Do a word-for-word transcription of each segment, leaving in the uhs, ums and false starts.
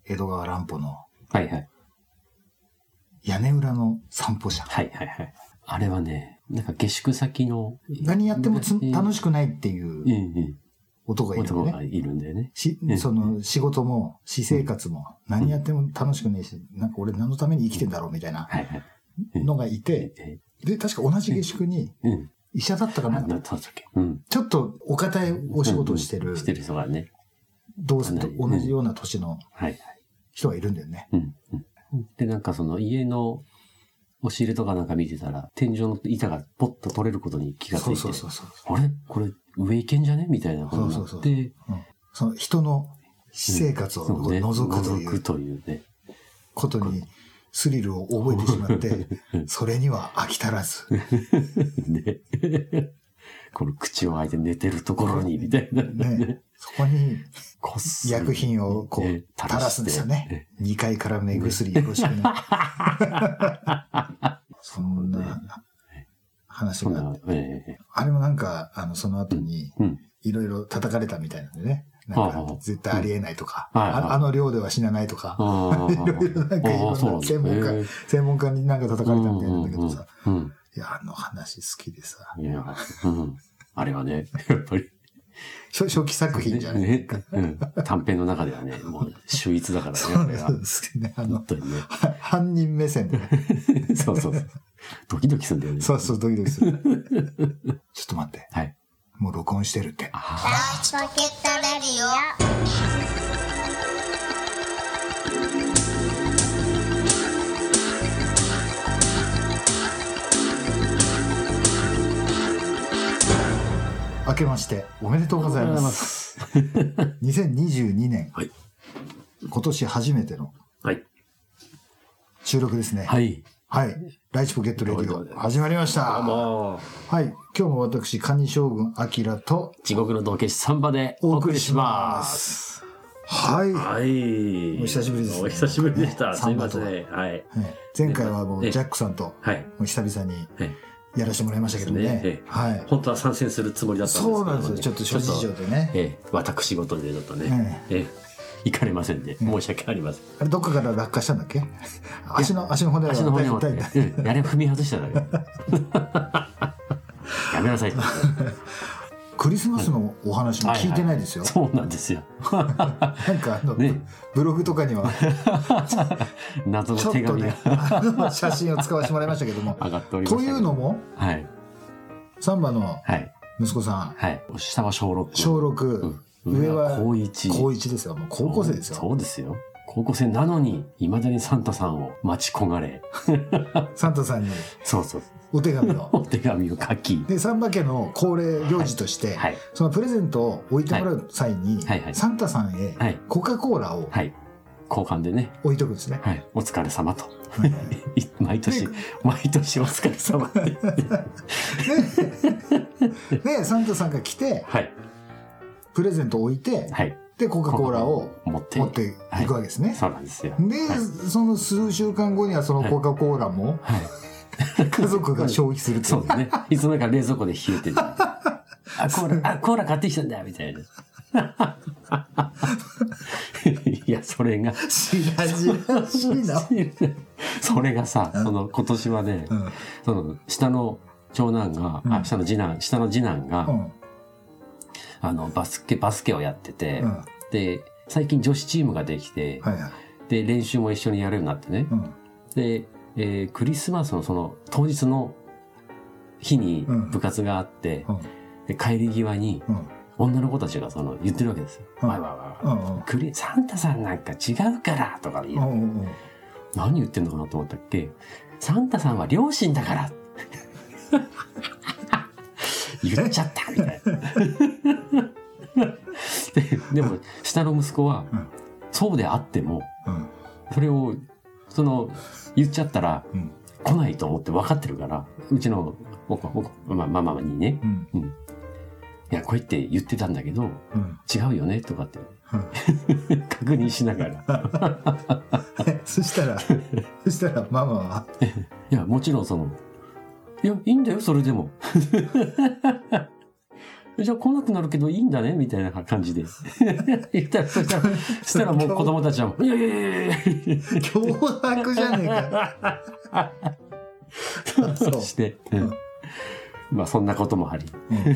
江戸川乱歩のはいはい。 屋根裏の散歩者。 はいはいはい。あれはね、なんか下宿先の。 何やってもつ楽しくないっていう男がいるんだよね。 男がいるんだよね。 しその仕事も私生活も何やっても楽しくないし、なんか俺何のために生きてんだろうみたいなのがいて、で、確か同じ下宿に、医者だったかな、うん、ちょっとお堅いお仕事をしてる、うん、 してる人がね、 どうせと同じような年の人がいるんだよね。 うんうん、で、なんかその家の押し入れとかなんか見てたら、天井の板がポッと取れることに気がついて、そうそうそうそう、あれこれ上行けんじゃねみたいなことになって、そうそうそう、うん、 その人の私生活を覗くという、 うんね、覗くというね、 ことに、スリルを覚えてしまって、それには飽き足らず。 ね、この口を開いて寝てるところに、みたいな。ね、 そこに、薬品をこう、ね、垂らすんですよね。にかいから目薬よろしくね。そんな話があって。あれもなんか、あの、その後に、いろいろ叩かれたみたいなんでね。なんか絶対ありえないとか、うん、あ, あの量では死なないとか、いろいろなんかいろんな専門家、専門家になんか叩かれたみたいなんだけどさ、うんうんうん、いや、あの話好きでさ。 いや、うん、あれはね、やっぱり。 初, 初期作品じゃない、ねうん、短編の中ではね、もう秀逸だからね。 そうですね。あの、本当にね。犯人目線で、ね。 そうそうそう。ドキドキするんだよね。 そうそう、ドキドキする。ちょっと待って。 はい。 もう録音してるって。 ラジポケットレディオ。明けましておめでとうございます。にせんにじゅうにねん、はい、今年初めての収録ですね。 はい。 はい。ライチポケットレディオ始まりました。 どうも。 はい。今日も私、カニ将軍アキラと地獄の道化師サンバでお送りします。 はい。 はい。 お久しぶりです、ね。 お久しぶりでした。すいません。はい。 はい、前回はもうジャックさんと、はい、もう久々にやらせてもらいましたけどね。ねはい。 本当は参戦するつもりだったんですけど、ね、 そうなんですよ。ちょっと諸事情でね。 ええ、私事でちょっとね。えええ行かれませんで、申し訳ありません。 あれ、どっかから落下したんだっけ？足の、足の骨が。 足の骨を。あれ踏み外しただけ。やめなさい。 クリスマスのお話も聞いてないですよ。 そうなんですよ。 なんかあの、ブログとかには謎の手紙が写真を使わせてもらいましたけども。 上がっておりました。 というのも、 はい。 サンバの息子さん。 はい。下は小ろく。 小ろく。上は高一。 高一ですよ。もう高校生ですよ。 そうですよ。高校生なのに、いまだにサンタさんを待ち焦がれ。 サンタさんに。 そうそう。 お手紙を。 お手紙を書き。 で、サンバ家の恒例行事として、はい、そのプレゼントを置いてもらう際に、はいはい、サンタさんへコカ・コーラを、はい、 交換でね。 置いとくんですね。 はい。お疲れ様と。はい、毎年、毎年お疲れ様で。 で、サンタさんが来て、はい。プレゼントを置いて、はい、でコカ・コーラを持っていくわけですね。 はい、そうなんですよ。 で、はい、その数週間後にはそのコカ・コーラも、はい、家族が消費するという。 そうですね。いつの間にか冷蔵庫で冷えてる。あ、コーラ、あ、コーラ買ってきたんだみたいな。いや、それが。 しらじらしいな。 それがさ、その今年はね、うん、その下の長男が、うん、あ、下の次男、下の次男が、うんあの、バスケ、バスケをやってて、うん、で、最近女子チームができて、はいはい、で、練習も一緒にやるようになってね。うん、で、えー、クリスマスのその当日の日に部活があって、うん、で帰り際に、うん、女の子たちがその言ってるわけですよ。わいわいわい。クリ、サンタさんなんか違うからとか言う、うんうん、何言ってんのかなと思ったっけ？サンタさんは両親だから言っちゃったみたいなで。でも下の息子は、うん、そうであっても、うん、それをその言っちゃったら、うん、来ないと思って分かってるからうちのおこおこ、まあ、ママにね、うんうん、いやこうやって言ってたんだけど、うん、違うよねとかって、うん、確認しながらそしたらそしたらママはいやもちろんそのいやいいんだよそれでもじゃあ来なくなるけどいいんだねみたいな感じで言ったら、そしたら、そしたらもう子供たちはもう、いやいやいやいや脅迫じゃねえか。 そして、うん、まあそんなこともあり。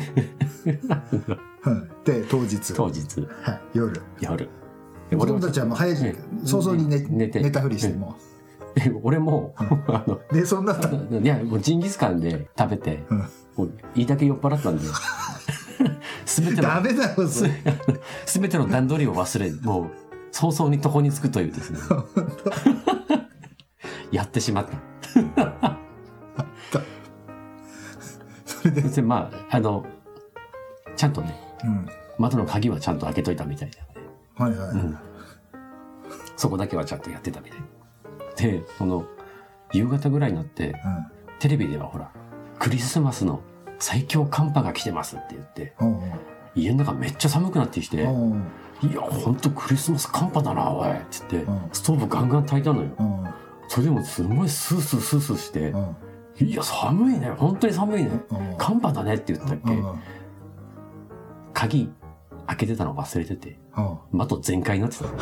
うん、で、当日。 当日。 はい、夜。 夜。 子供たちはもう早い時間、早々に寝寝て寝たふりしても。 俺も、あの、 で、そんなった。 いや、もうジンギスカンで食べて、もういいだけ酔っ払ったんで、すべての、 ダメだよ、それ。 すべての段取りを忘れ、もう、早々に床に着くというですね。やってしまった。それで、まあ、あの、ちゃんとね、うん、窓の鍵はちゃんと開けといたみたいだよね。 はいはい、うん。 そこだけはちゃんとやってたみたい。で、その、夕方ぐらいになって、うん、テレビではほら、クリスマスの最強寒波が来てますって言って、うん、家の中めっちゃ寒くなってきて、うん、いや、ほんとクリスマス寒波だな、おいって言って、うん、ストーブガンガン焚いたのよ。うん、それでもすごいスースースースーして、うん、いや、寒いね、本当に寒いね、うん、寒波だねって言ったっけ、うん、鍵開けてたの忘れてて、うん、窓全開になってたの。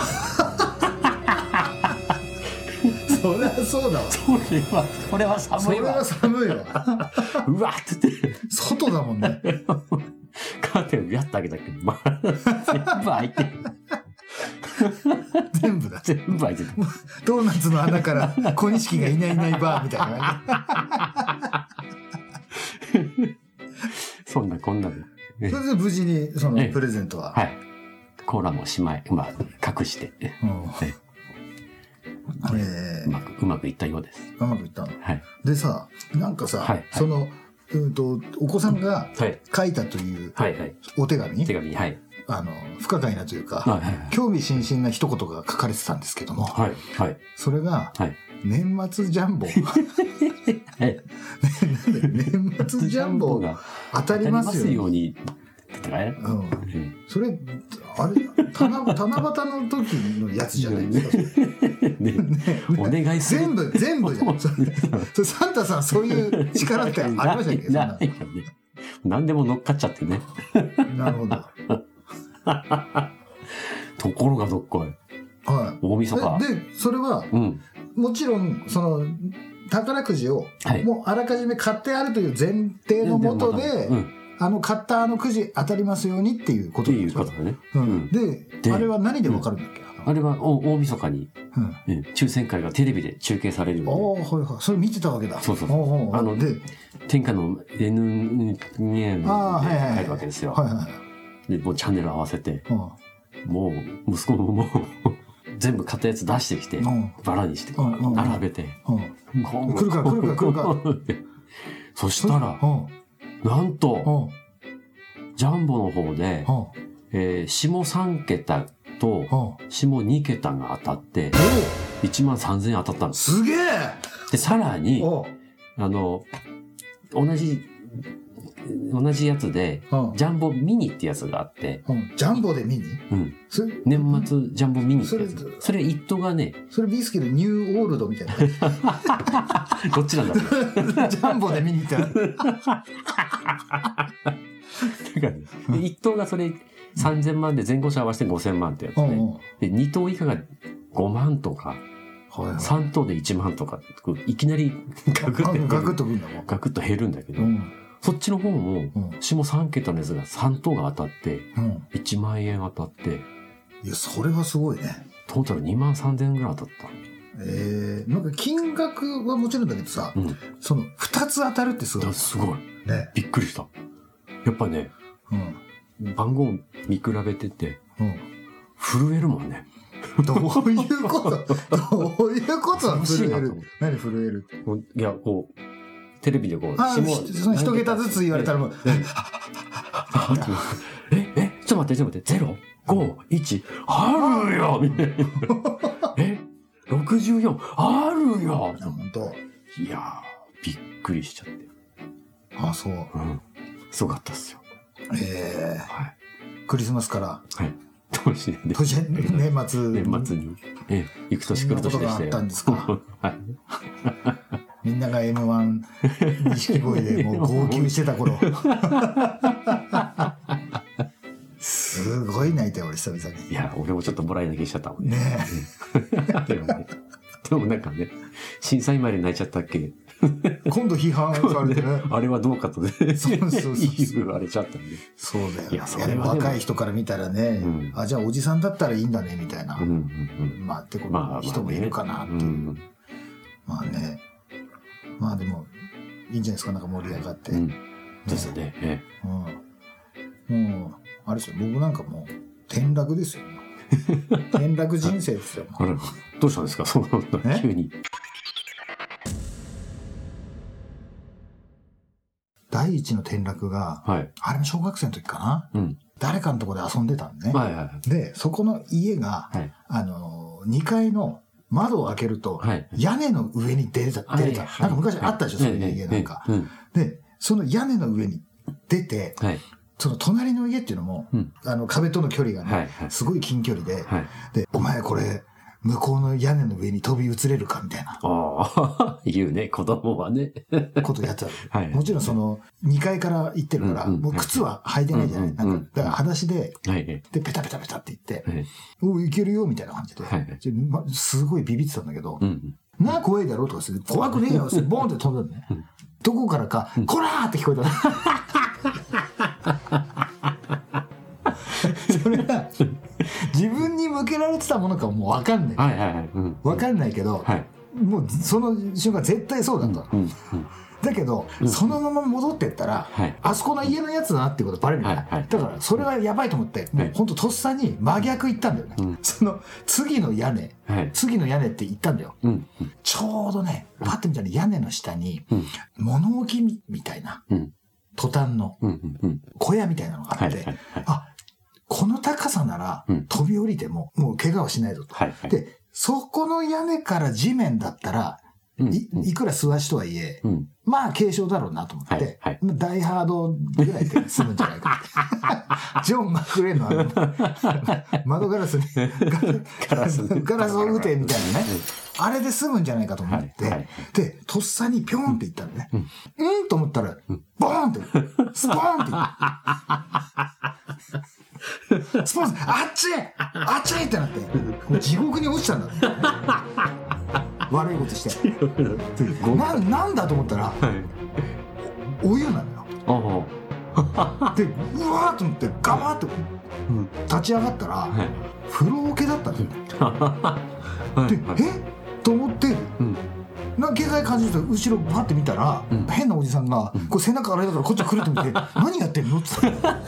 そりゃそうだわ。 それは、これは寒いわ。 それは寒いわ。 うわって言って。 外だもんね。 カーテンをやってあげたけど、まあ、全部開いてる。 全部だ。 全部開いてる。 ドーナツの穴から小錦がいないいないバーみたいな。 そんなこんなで。 それで無事にそのプレゼントは。 はい。コーラもしまい、まあ、隠して。うんえー、うまく、うまくいったようです。 うまくいったの。 はい。 でさ、なんかさ、はいはい、その、うんと、お子さんが書いたというお手紙、はいはい、 手紙、はい。 あの、不可解なというか、はいはいはい、興味津々な一言が書かれてたんですけども、はいはい、それが、はい、年末ジャンボ。はい、年末ジャンボが当たりますように。うん、それあれ七夕の時のやつじゃないですか。 ねね、お願いする。 全部全部じゃん。それサンタさんそういう力ってありましたっけ？ ないないよね。何でも乗っかっちゃってね。 なるほど。 ところがどっこい。はい。大晦日。 でそれは、うん、もちろんその宝くじを、はい、もうあらかじめ買ってあるという前提のもとで。あの、買ったあのくじ当たりますようにっていうことですよ。っていうことだね。 うん。で、あれは何でわかるんだっけ？ あれは大晦日に、抽選会がテレビで中継されるので。 ああ、はいはい。それ見てたわけだ。 そうそうそう。あの、で、天下の エヌエヌエム で入るわけですよ。はいはい。で、もうチャンネル合わせて、もう、息子ももう、全部買ったやつ出してきて、バラにして、並べて、 来るか来るか来るか。 そしたら、なんと、ジャンボの方で、えー、下さん桁と下に桁が当たって、いちまんさんぜんえん当たったんです。 すげえ！ で、さらに、あの、同じ、同じやつで、ジャンボミニってやつがあって。 ジャンボでミニ？ うん。年末ジャンボミニってやつ。それ一等がね。 それビースケのニューオールドみたいな。 どっちなんだろう。 ジャンボでミニってある。だからね、一等がそれさんぜんまんで前後者合わせてごせんまんってやつね。で、二等以下がごまんとか。はいはい、さん等でいちまんとか、いきなりガクッと減る。 ガクッと減るんだもん。 ガクッと減るんだけど、うん、そっちの方も、下さん桁のやつがさん等が当たって、うん、いちまんえん当たって。 いや、それはすごいね。 トータルにまんさんぜんえんぐらい当たった。 ええー、なんか金額はもちろんだけどさ、うん、そのふたつ当たるってすごい。 すごい。ね。びっくりした。やっぱね、うん、番号見比べてて、うん、震えるもんね。 どういうことどういうことは震える何震えるいや、こう、テレビでこう、 あその一桁ずつ言われたらもう、 え、え、ちょっと待って、ちょっと待って、ゼロ、ご、いち、あるよみたいな。え、ろくじゅうよん、あるよ本当いやー、びっくりしちゃって。 あ、そう。うん。 すごかったっすよ。 ええー。はい。クリスマスから。 はい。年で。 年、年末。 年末に。ええ、行く年来る年でしたよ。 そんなことがあったんですか。はい。みんなが エムワン 錦鯉でもう号泣してた頃。 い泣いたよ、俺、久々に。 いや、俺もちょっともらい泣きしちゃったもんね。 ねえ。でもね、でもなんかね、審査員まで泣いちゃったっけ。 今度批判されてね。 あれはどうかとね。 そうそうそう。 言われちゃったんで。 そうだよ。 いや、それは若い人から見たらね、うん、あ、じゃあおじさんだったらいいんだね、みたいな。うんうんうん、まあ、ってこと人もいるかなっていう。まあ、ね、まあね。まあでも、いいんじゃないですか、なんか盛り上がって。うん、 ですね。ええ、 うん、もう、あれですよ、僕なんかもう、転落ですよ。転落人生ですよ。 あれ、どうしたんですか、その、急に。 第一の転落が、はい、あれも小学生の時かな、うん、誰かのところで遊んでたんね、はいはいはい、でそこの家が、はい、あのにかいの窓を開けると、はい、屋根の上に出た、出た、はい、なんか昔あったでしょ、はい、そういう家なんか、はいはいはい、でその屋根の上に出て、はい、その隣の家っていうのも、うん、あの壁との距離がね、はいはい、すごい近距離で、はい、でお前これ向こうの屋根の上に飛び移れるかみたいな。 ああ、言うね、子供はね。 ことやっちゃう。はい、もちろんその、にかいから行ってるから、うんうん、もう靴は履いてないじゃない。うんうん、なんか、だから裸足で、はい、で、ペタペタペタって言って、はい、おいけるよみたいな感じで、はい、すごいビビってたんだけど、うんうん、なあ怖いだろうとかする、怖くねえよってボンって飛んだんだね。うん、どこからか、うん、こらーって聞こえた。それが、自分に向けられてたものかもう分かんない。はいはいはい。うん、分かんないけど、はい、もうその瞬間絶対そうだと。うんうんうん、だけど、うん、そのまま戻ってったら、はい、あそこの家のやつだなっていうことバレるから、はいはい、だからそれはやばいと思って、もうほんととっさに真逆行ったんだよね。うん、その次の屋根、はい、次の屋根って言ったんだよ。うんうん、ちょうどね、パッて見たら屋根の下に、うん、物置みたいな、うん、トタンの小屋みたいなのがあって、はいはいはい、あ、この高さなら飛び降りてももう怪我はしないぞと。はいはい、で、そこの屋根から地面だったら、うん、い, いくら素足とはいえ、うん、まあ軽傷だろうなと思って、はいはい、ダイハードぐらいで済むんじゃないかって。ジョン・マクレーンのあの窓ガラスにガラスガラスを撃てみたいなね、あれで済むんじゃないかと思って、はいはい、で、とっさにピョンっていったのね。うん、うんと思ったら、ボーンって、スポーンってスポーンあっちあっちってなって、もう地獄に落ちたんだ、ね。悪いことしてな。なんだと思ったら、はい、お湯なのよ。で、うわーと思ってガバーって立ち上がったら、はい、風呂桶だったのよ。で、えと思って、うん、なんか警戒感じて後ろバッて見たら、うん、変なおじさんが、うん、こう背中洗いながらこっち来ると見て何やってんのって言ったの。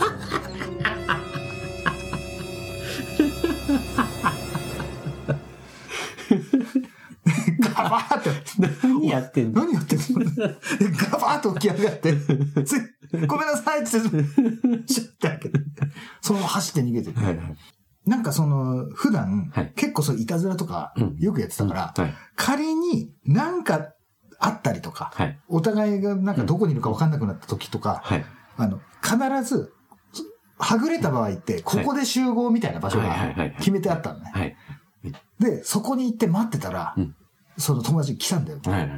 ガバーって何やってんの何やってんのガバーっと起き上がってごめんなさいって言ってちょっとだけそのまま走って逃げてる、はいはい、なんかその普段、はい、結構そういたずらとかよくやってたから、うんうんはい、仮になんかあったりとか、はい、お互いがなんかどこにいるか分かんなくなった時とか、はい、あの必ずはぐれた場合ってここで集合みたいな場所が決めてあったのね、はいはいはい、でそこに行って待ってたら、うんその友達来たんだよ。はいはい、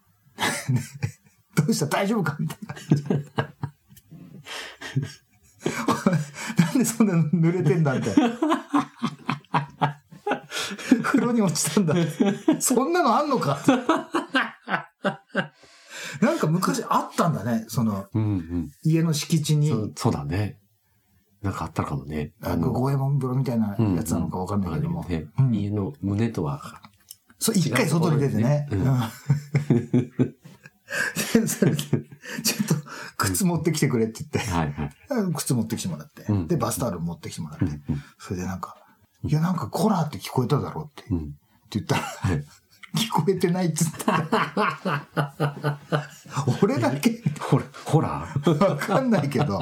どうした大丈夫かみたいな。なんでそんな濡れてんだって。風呂に落ちたんだって。そんなのあんのかなんか昔あったんだね。その、うんうん、家の敷地にそ。そうだね。なんかあったかもね。 あの、五右衛門風呂みたいなやつなのかわかんないけども。 うんうんねうん、家の胸とは。 そう、一回外に出てね。うん、それで、ちょっと、靴持ってきてくれって言って、はいはい、靴持ってきてもらって、うん、で、バスタオル持ってきてもらって、うん、それでなんか、いや、なんか、コラーって聞こえただろうって、うん、って言ったら、はい、聞こえてないっつって。俺だけほら、ほらわかんないけど。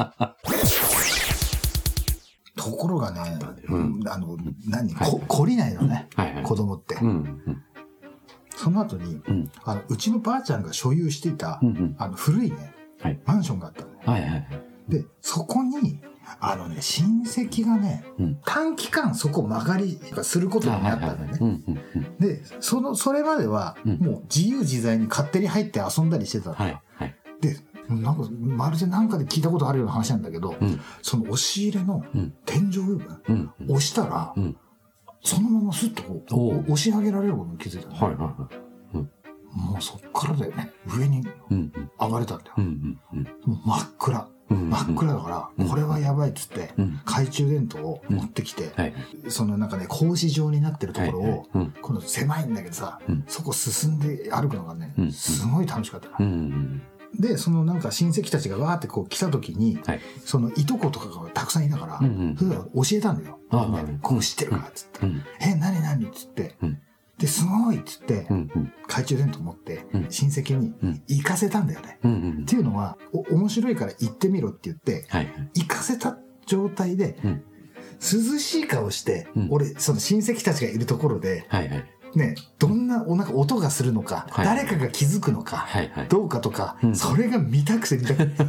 ところがね、うん、あの、何、はい、こ、懲りないのね、はいはい、子供って。うんうんその後に、うん、あのうちのばあちゃんが所有していた、うんうん、あの古いね、はい、マンションがあったのね、はいはいはい。で、そこに、あのね、親戚がね、うん、短期間そこ曲がりすることになったんだよね。で、その、それまでは、もう自由自在に勝手に入って遊んだりしてたんだよ。はいはい、で、 なんかまるでなんかで聞いたことあるような話なんだけど、うん、その押し入れの天井部分、うん、押したら、うん、そのままスッとこう押し上げられることに気づいたね。はいはいはい、うん、もうそっからだよね、上に上がれたんだよ。うんうんうん、もう真っ暗。真っ暗だから、これはやばいっつって、懐中電灯を持ってきて、そのなんかね、格子状になってるところを、この狭いんだけどさ、そこ進んで歩くのがね、すごい楽しかったな。で、そのなんか親戚たちがわーってこう来た時に、そのいとことかがたくさんいたから、それ教えたんだよ。こう知ってるからっつって。え、なになにっつって。で、すごいっつって、懐中電灯持って、親戚に行かせたんだよね。っていうのは、面白いから行ってみろって言って、行かせた状態で、涼しい顔して、俺、その親戚たちがいるところで、ね、どんな、なんか音がするのか、誰かが気づくのか、どうかとか、それが見たくて見たくて。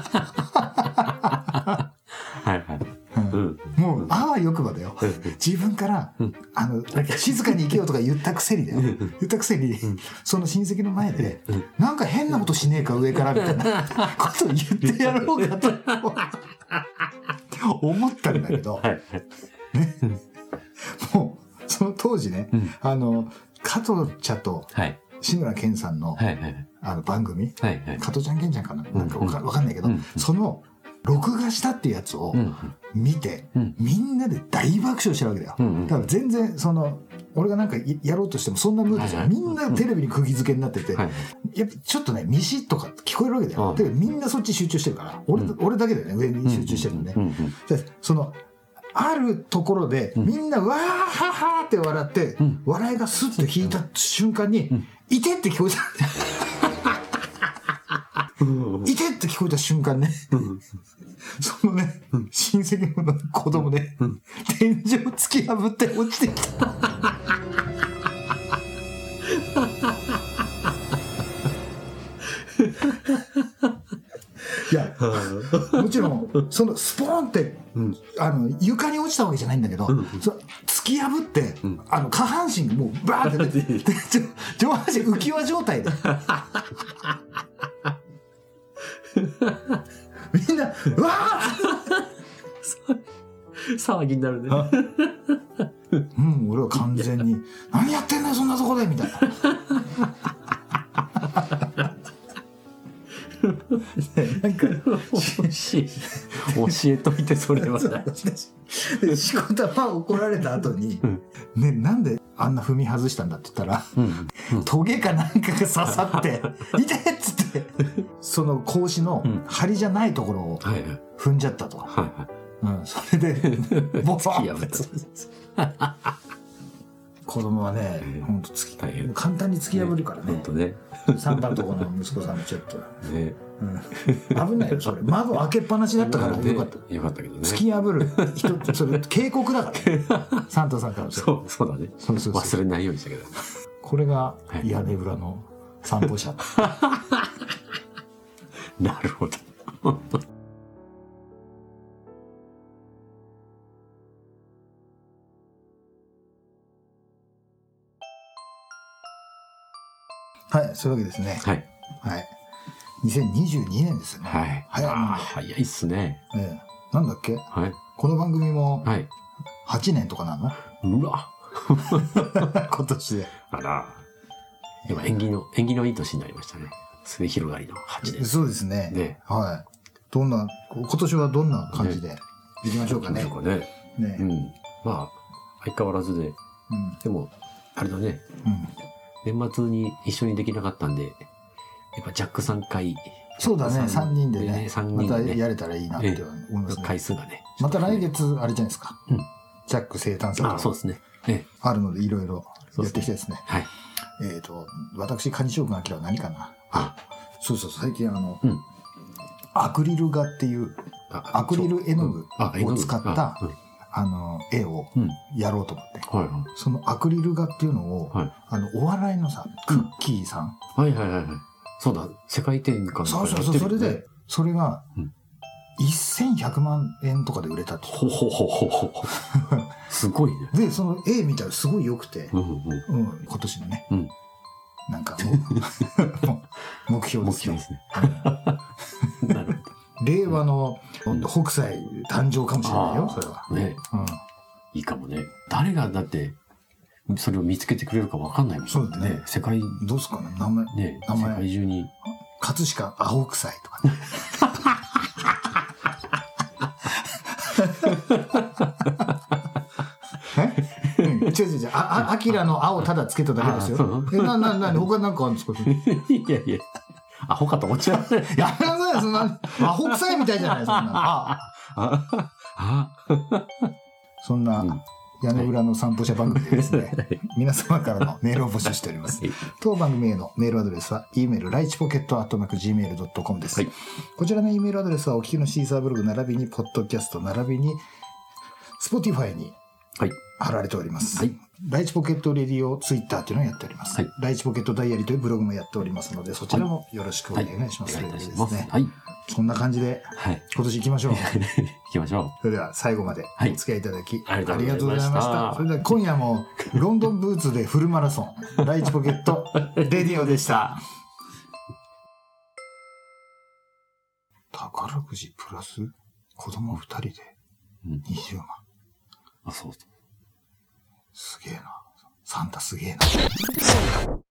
もう、あわよくばだよ。自分から、あの、静かに行けよとか言ったくせにだよ。言ったくせに、その親戚の前で、なんか変なことしねえか上からみたいなことを言ってやろうかと思ったんだけど、ね、もう、その当時ね、あの、加藤茶と志村けんさんの、あの番組、加藤ちゃんけんちゃんかななんかわかんないけど、その、録画したっていうやつを見て、うん、みんなで大爆笑してるわけだよ。うんうん、だから全然その俺がなんかやろうとしてもそんなムードじゃん。みんなテレビに釘付けになってて、はい、やっぱちょっとねミシッとか聞こえるわけだよ。でみんなそっち集中してるから、俺、うん、俺だけだよね上に集中してるのね。うんうんうん、でそのあるところでみんなわーははーって笑って、うん、笑いがスッと引いた瞬間に、うん、いてって聞こえたんだよ。いてって聞こえた瞬間ね、そのね、親戚の子供ね、天井突き破って落ちてきた。いや、もちろん、そのスポーンって、あの、床に落ちたわけじゃないんだけど、そ突き破って、あの、下半身がもうバーって出て、上半身浮き輪状態で。みんな、うわー騒ぎになるね。 うん、俺は完全に、何やってんだよ、そんなとこでみたいな。なんか、 教えといて、それはない。 しこたま怒られた後に、ね、なんであんな踏み外したんだって言ったら、うんうん、トゲかなんかが刺さって、痛いっつって、その格子の梁じゃないところを踏んじゃったと。はいはいうん、それで、ボファーって。子供はね、ほんと突き、簡単に突き破るからね。ほんとね。さんばんとこの息子さんもちょっと。ね。うん、危ないよ、それ。窓開けっぱなしだったからよかった。 よかったけどね。 突き破る人、それ警告だから。サンタさんからそう、そうだね。そうそうそう忘れないようにしたけど。 これが屋根裏の散歩者。 なるほど。 はい、そういうわけですね。はい。はい。にせんにじゅうにねんですよね。はい。 早いもんで。早いっすね。 ええ。なんだっけはい。この番組も、はい。はちねんとかなのうわ今年で。 あら。今、縁起の、縁起のいい年になりましたね。末広がりのはちねん。 そうですね。ね。はい。どんな、今年はどんな感じでいきましょうかね。 そうかね。ね。うん。まあ、相変わらずで。うん。でも、あれだね。うん。年末に一緒にできなかったんで、やっぱジャックさんかい。 そうだね、さんにんでね。さんにんでねまたやれたらいいなって思いますね。 回数がね。 また来月、あれじゃないですか。うん。ジャック生誕祭。 あ、そうですね。 あるので、いろいろやっていきたいですね。はい。えっと、私、カニ将軍明は何かな。あ、そうそう、最近あの、アクリル画っていう、アクリル絵の具を使った、あの、絵をやろうと思って。うんはいはい、そのアクリル画っていうのを、はい、あの、お笑いのさ、クッキーさん。 うん、はいはいはい。そうだ、世界展開、 ね、そうそうそう、それで、それが、せんひゃくまんえんとかで売れたって。ほほほほほ。 すごいね。 で、その絵見たらすごい良くて、うんうんうん、今年のね。うん、 なんかもう、目標ですね。目標ですね。なるほど。令和の北斎誕生かもしれないよ、それは。 ね、うん。いいかもね。誰がだって、それを見つけてくれるか分かんないもんね。 そうだね。 世界。 どうすかね、名前。 ね、名前。世界中に。 葛飾青臭いとかね。え、うん、違う違う違う。あ、あ、アキラの青ただつけただけですよ。え、な、な、な、他なんかあるんですか？ いやいや。アホかと思っちゃう。 やめなさい、そんな。アホ臭いみたいじゃない、そんな。ああ。あそんな、屋根裏の散歩者番組でですね、はい、皆様からのメールを募集しております。当番組へのメールアドレスは、e メール、ライチポケットアットマーク ジーメールドットコム です。はい、こちらの E メールアドレスは、お聞きのシーサーブログ並びに、ポッドキャスト並びに、Spotify に貼られております。はい、ライチポケットレディオツイッターというのをやっております。はい、ライチポケットダイアリーというブログもやっておりますので、そちらもよろしくお願いします。はい、はい、ですね。はい。そんな感じで、はい、今年行きましょう。行きましょう。 それでは最後までお付き合いいただき、はい、ありがとうございました。それでは今夜もロンドンブーツでフルマラソン、ライチポケットレディオでした。宝くじプラス子供二人でにじゅうまん。 うん、あ、そうそう。 すげえな。サンタすげえな。